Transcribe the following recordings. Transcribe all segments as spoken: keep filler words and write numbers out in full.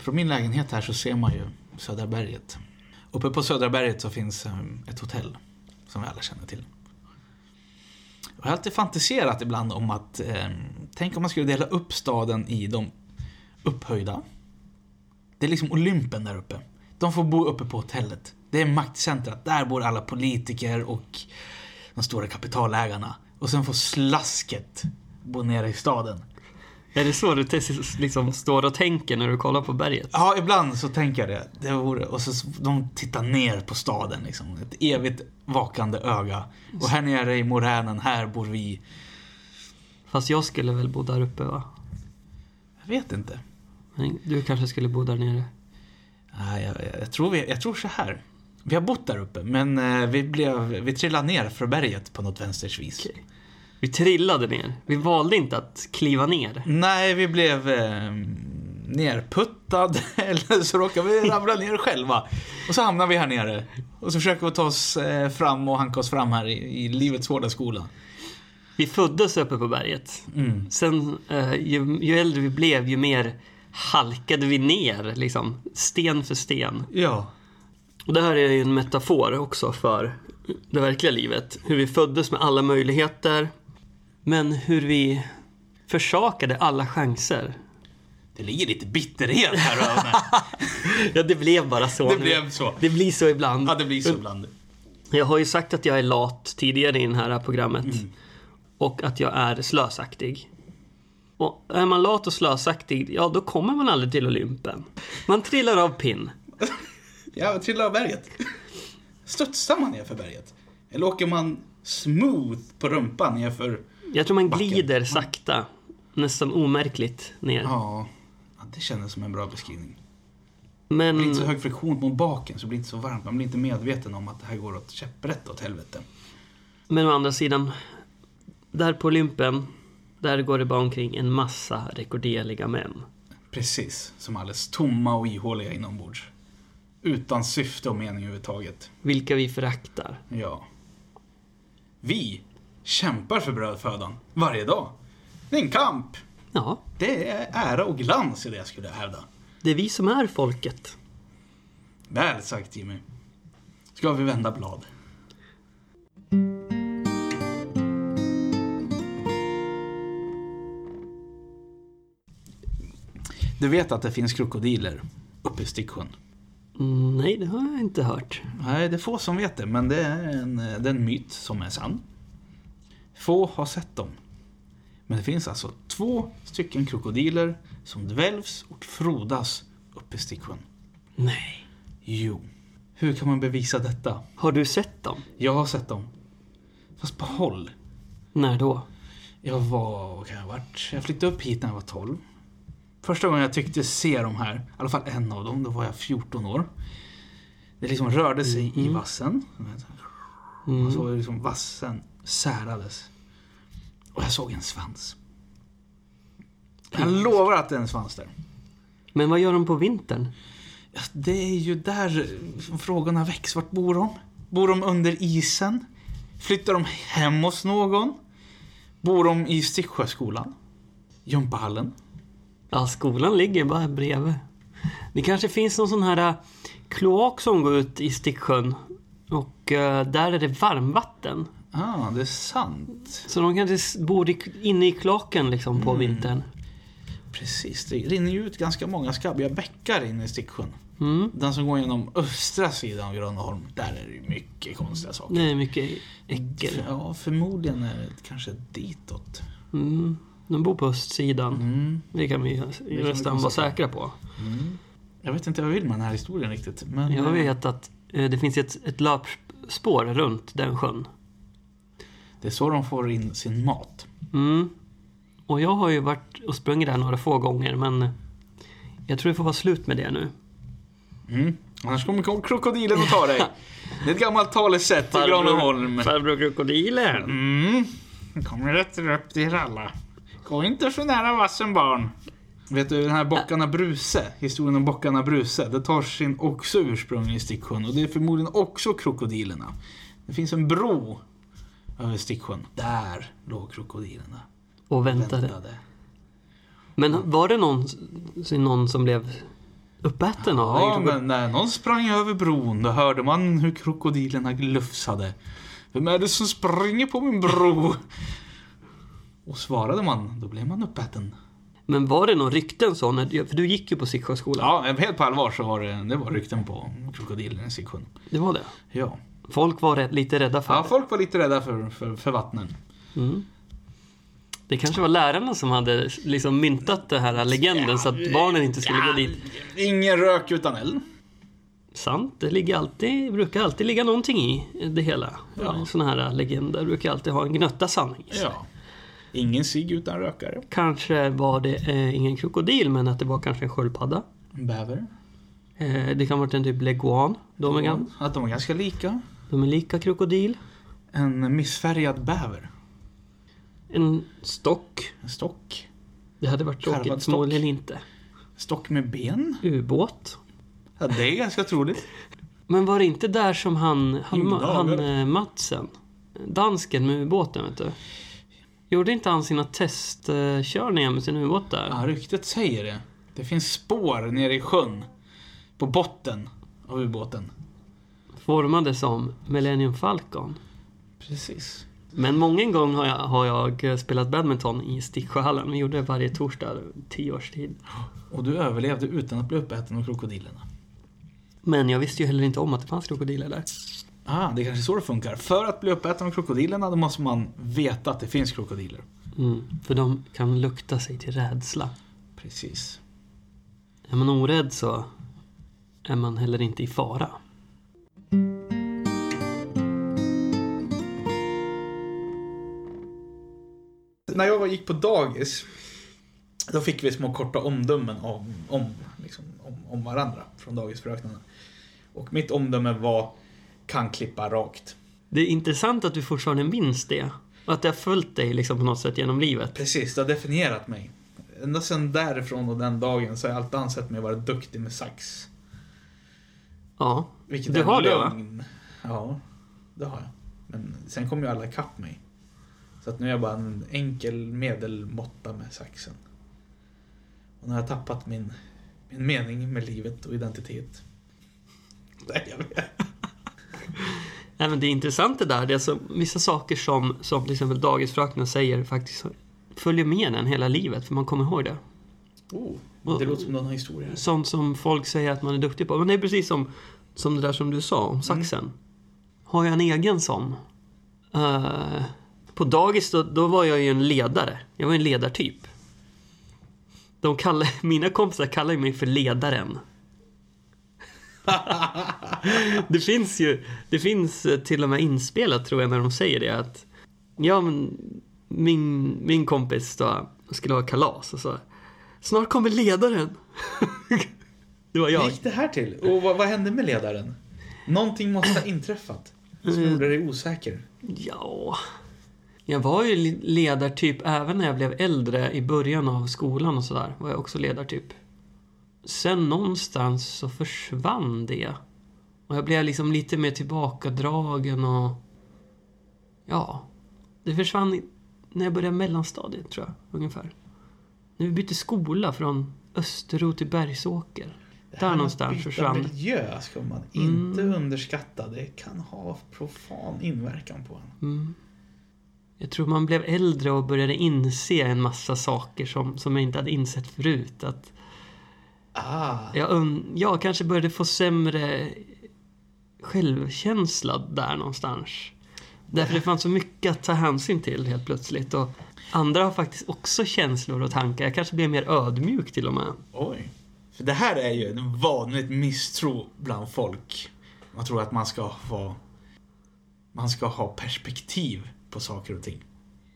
från min lägenhet här så ser man ju Södra berget. Uppe på Södra berget så finns ett hotell som vi alla känner till. Jag har alltid fantiserat ibland om att eh, tänk om man skulle dela upp staden i de upphöjda. Det är liksom Olympen där uppe. De får bo uppe på hotellet. Det är maktcentrat. Där bor alla politiker och de stora kapitalägarna. Och sen får slasket bo nere i staden. Är det så du liksom står och tänker när du kollar på berget? Ja, ibland så tänker jag det. det vore, och så de tittar ner på staden. Liksom. Ett evigt vakande öga. Och här nere i moränen, här bor vi. Fast jag skulle väl bo där uppe, va? Jag vet inte. Du kanske skulle bo där nere. Nej, jag, jag, jag, tror vi, jag tror så här. Vi har bott där uppe, men eh, vi, blev, vi trillade ner för berget på något vänstersvis. Okay. Vi trillade ner. Vi valde inte att kliva ner. Nej, vi blev eh, nerputtad. Eller så råkade vi ramla ner själva. Och så hamnar vi här nere. Och så försöker vi ta oss eh, fram och hanka oss fram här i, i livets hårda skola. Vi föddes uppe på berget. Mm. Sen eh, ju, ju äldre vi blev, ju mer halkade vi ner. Liksom, sten för sten. Ja. Och det här är ju en metafor också för det verkliga livet. Hur vi föddes med alla möjligheter. Men hur vi försakade alla chanser. Det ligger lite bitterhet här över. Ja, det blev bara så. Det blev så. Det blir så ibland. Ja, det blir så ibland. Jag har ju sagt att jag är lat tidigare i det här programmet. Mm. Och att jag är slösaktig. Och är man lat och slösaktig, ja, då kommer man aldrig till Olympen. Man trillar av pinn. Ja, trillar av berget. Studsar man ner för berget? Eller åker man smooth på rumpan ner för Jag tror man backen? glider sakta. Nästan omärkligt ner. Ja, det känns som en bra beskrivning. Men Det blir inte så hög friktion mot baken, så blir det inte så varmt. Man blir inte medveten om att det här går åt käpprätt åt helvete. Men å andra sidan, där på Olympen, där går det bara omkring en massa rekorderliga män. Precis, som alldeles tomma och ihåliga inombords. Utan syfte och mening överhuvudtaget. Vilka vi föraktar. Ja. Vi kämpar för brödfödan varje dag. Det är en kamp. Ja, Det är ära och glans i det jag skulle hävda. det är vi som är folket. Väl sagt, Jimmy. Ska vi vända blad? Du vet att det finns krokodiler uppe i Sticksjön? Mm, nej, det har jag inte hört. Nej, det är få som vet det, men det är en, det är en myt som är sann. Få har sett dem. Men det finns alltså två stycken krokodiler som dväljs och frodas uppe i Sticksjön. Nej. Jo. Hur kan man bevisa detta? Har du sett dem? Jag har sett dem. Fast på håll. När då? Jag var, vad kan jag ha varit? Jag flyttade upp hit när jag var tolv. Första gången jag tyckte se dem här, i alla fall en av dem, då var jag fjorton år. Det liksom rörde sig mm. i vassen. Mm. Och så var det liksom vassen särades. Och jag såg en svans. Jag lovar att det är en svans där. Men vad gör de på vintern? Ja, det är ju där frågorna väcks. Vart bor de? Bor de under isen? Flyttar de hem hos någon? Bor de i Sticksjöskolan? Jumpahallen? Ja, skolan ligger bara bredvid. Det kanske finns någon sån här uh, kloak som går ut i Sticksjön. Och uh, där är det varmvatten. Ah, det är sant. Så de kanske bor i, inne i kloaken liksom på mm. vintern. Precis, det rinner ju ut ganska många skabbiga bäckar inne i Sticksjön. Mm. Den som går genom östra sidan av Grönholm, där är det ju mycket konstiga saker. Det är mycket äckel. Ja, förmodligen är det kanske ditåt. Mm. De bor på östsidan. Mm. Det kan vi ju nästan vara säkra på. Mm. Jag vet inte vad jag vill med den här historien riktigt. Men jag vet att eh, det finns ett, ett löpspår runt den sjön. Det är så de får in sin mat. Mm. Och jag har ju varit och sprungit där några få gånger, men jag tror det får vara slut med det nu. Mm. Annars kommer krokodilen att ta dig. Det är ett gammalt talesätt i Grönholm. Farbror krokodilen. Mm. Kommer rätt upp till alla. Gå inte för nära vassen, barn. Vet du, den här Bockarna Bruse, historien om Bockarna Bruse, det tar sin också ursprung i Sticksjön. Och det är förmodligen också krokodilerna. Det finns en bro över Sticksjön. Där låg krokodilerna. Och väntade. väntade. Men var det någon, någon som blev uppäten av Ja, en men när någon sprang över bron, då hörde man hur krokodilerna glufsade. Vem är det som springer på min bro? Och svarade man, då blev man uppäten. Men var det någon rykten så? När, för du gick ju på Siksjöskolan. Ja, helt på allvar så var det, det var rykten på krokodilen i Siksjön. Det var det? Ja. Folk var rädd, lite rädda för Ja, det. folk var lite rädda för, för, för vattnen. Mm. Det kanske var lärarna som hade liksom myntat det här legenden ja, så att barnen inte skulle ja, gå dit. Ingen rök utan eld. Sant, det ligger alltid, brukar alltid ligga någonting i det hela. Ja. Såna här legender brukar alltid ha en gnutta sanning i sig. Ja. Ingen sig utan rökare. Kanske var det eh, ingen krokodil, men att det var kanske en sköldpadda. En bäver. Eh, det kan vara en typ leguan. De är, ja, gan- att de är ganska lika. De är lika krokodil. En missfärgad bäver. En stock. En stock. Det hade varit tråkigt, förmodligen inte. Stock med ben. Ubåt. Ja, det är ganska troligt. Men var det inte där som han, han, han eh, Madsen, dansken med ubåten, vet du? Gjorde inte han sina testkörningar med sin ubåt där? Ja, ryktet säger det. Det finns spår nere i sjön. På botten av ubåten. Formade som Millennium Falcon. Precis. Men många gånger har jag, har jag spelat badminton i Sticksjöhallen. Vi gjorde det varje torsdag, tio års tid. Och du överlevde utan att bli uppäten av krokodilerna. Men jag visste ju heller inte om att det fanns krokodiler där. Ah, det är kanske så det funkar. För att bli uppäten av krokodilerna då måste man veta att det finns krokodiler. Mm, för de kan lukta sig till rädsla. Precis. Är man orädd så är man heller inte i fara. När jag gick på dagis då fick vi små korta omdömen om, om, liksom, om, om varandra från dagisfröknarna. Och mitt omdöme var kan klippa rakt. Det är intressant att du fortfarande minns det. Och att det har följt dig liksom på något sätt genom livet. Precis, det har definierat mig. Ända sedan därifrån och den dagen så har jag alltid ansett mig vara duktig med sax. Ja, vilket du har det, va? Ja, det har jag. Men sen kom ju alla ikapp mig. Så att nu är jag bara en enkel medelmåtta med saxen. Och nu har jag tappat min, min mening med livet och identitet. Nej, jag vet. Nej, men det är intressant det där. Det är alltså vissa saker som, som till exempel dagisfröknen säger faktiskt följer med den hela livet. För man kommer ihåg det. Oh, det låter som någon historia. Sånt som folk säger att man är duktig på. Men det är precis som, som det där som du sa om saxen. Mm. Har jag en egen sån? Uh, på dagis då, då var jag ju en ledare. Jag var en ledartyp. De kallar, mina kompisar kallar mig för ledaren. Det finns ju det finns till och med inspelat tror jag när de säger det att ja men min min kompis då skulle ha kalas och så snart kommer ledaren. Det var jag. Hur gick det här till? Och vad, vad hände med ledaren? Någonting måste ha inträffat som gjorde dig osäker. Ja. Jag var ju ledartyp även när jag blev äldre i början av skolan och sådär. Var jag också ledartyp. Sen någonstans så försvann det. Och jag blev liksom lite mer tillbakadragen och ja, det försvann när jag började mellanstadiet tror jag, ungefär. När vi bytte skola från Österro till Bergsåker. Där någonstans försvann. Miljö ska man inte mm. underskatta. Det kan ha profan inverkan på en. Mm. Jag tror man blev äldre och började inse en massa saker som, som jag inte hade insett förut. Att ah. jag, jag kanske började få sämre självkänsla där någonstans. Därför det fanns så mycket att ta hänsyn till helt plötsligt. Och andra har faktiskt också känslor och tankar. Jag kanske blir mer ödmjuk till och med. Oj. För det här är ju en vanligt misstro bland folk. Man tror att man ska ha man ska ha perspektiv på saker och ting.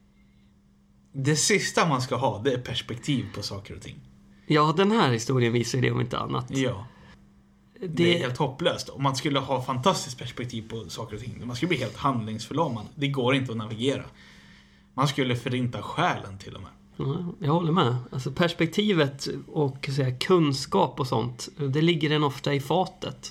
Det sista man ska ha, det är perspektiv på saker och ting. Ja, den här historien visar det om inte annat. Ja. Det, det är helt hopplöst. Om man skulle ha fantastiskt perspektiv på saker och ting, man skulle bli helt handlingsförlamad. Det går inte att navigera. Man skulle förinta själen till och med. Ja, jag håller med. Alltså perspektivet och så här, kunskap och sånt, det ligger den ofta i fatet.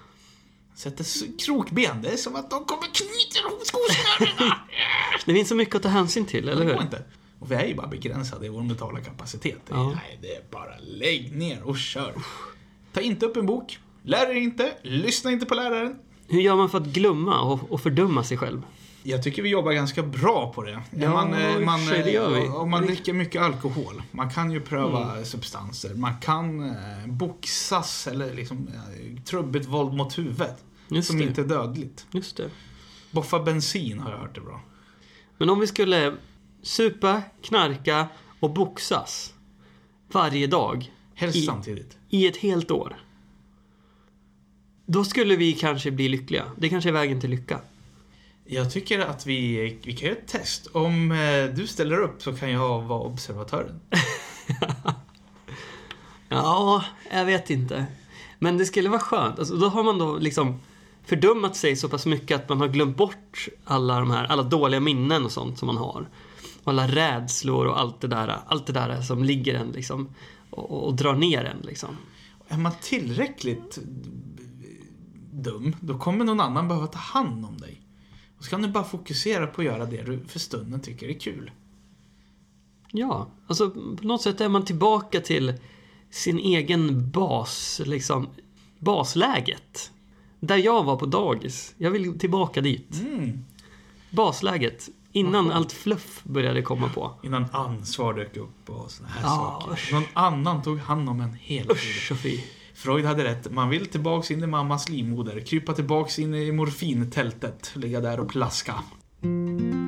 Sätter krokben, det är som att de kommer knyta ihop skosnörena. Det finns så mycket att ta hänsyn till, eller hur? Inte. Och vi är ju bara begränsade i vår mentala kapacitet. Ja. Nej, det är bara lägg ner och kör. Ta inte upp en bok. Lär er inte. Lyssna inte på läraren. Hur gör man för att glömma och, och fördöma sig själv? Jag tycker vi jobbar ganska bra på det. Ja, man, man, sig, det gör vi. Om man dricker mycket alkohol. Man kan ju pröva Mm. substanser. Man kan eh, boxas eller liksom eh, trubbigt våld mot huvudet. Just som det. inte är dödligt. Just det. Boffa bensin har jag hört det bra. Men om vi skulle supa, knarka och boxas varje dag Helst I- samtidigt. i ett helt år. Då skulle vi kanske bli lyckliga. Det kanske är vägen till lycka. Jag tycker att vi, vi kan göra ett test. Om eh, du ställer upp så kan jag vara observatören. Ja, jag vet inte. Men det skulle vara skönt. Alltså, då har man då liksom fördömat sig så pass mycket att man har glömt bort alla de här, alla dåliga minnen och sånt som man har. Och alla rädslor och allt det där, allt det där som ligger en liksom och, och, och drar ner en liksom. Är man tillräckligt dum, då kommer någon annan behöva ta hand om dig. Och så kan du bara fokusera på att göra det du för stunden tycker är kul. Ja, alltså på något sätt är man tillbaka till sin egen bas, liksom basläget. Där jag var på dagis. Jag vill tillbaka dit. Mm. Basläget. Innan allt fluff började komma på. Innan ansvar dök upp och såna här Ja, saker. usch. Någon annan tog hand om en hela tiden. Usch och fy. Freud hade rätt. Man vill tillbaks in i mammas livmoder. Krypa tillbaks in i morfintältet. Ligga där och plaska.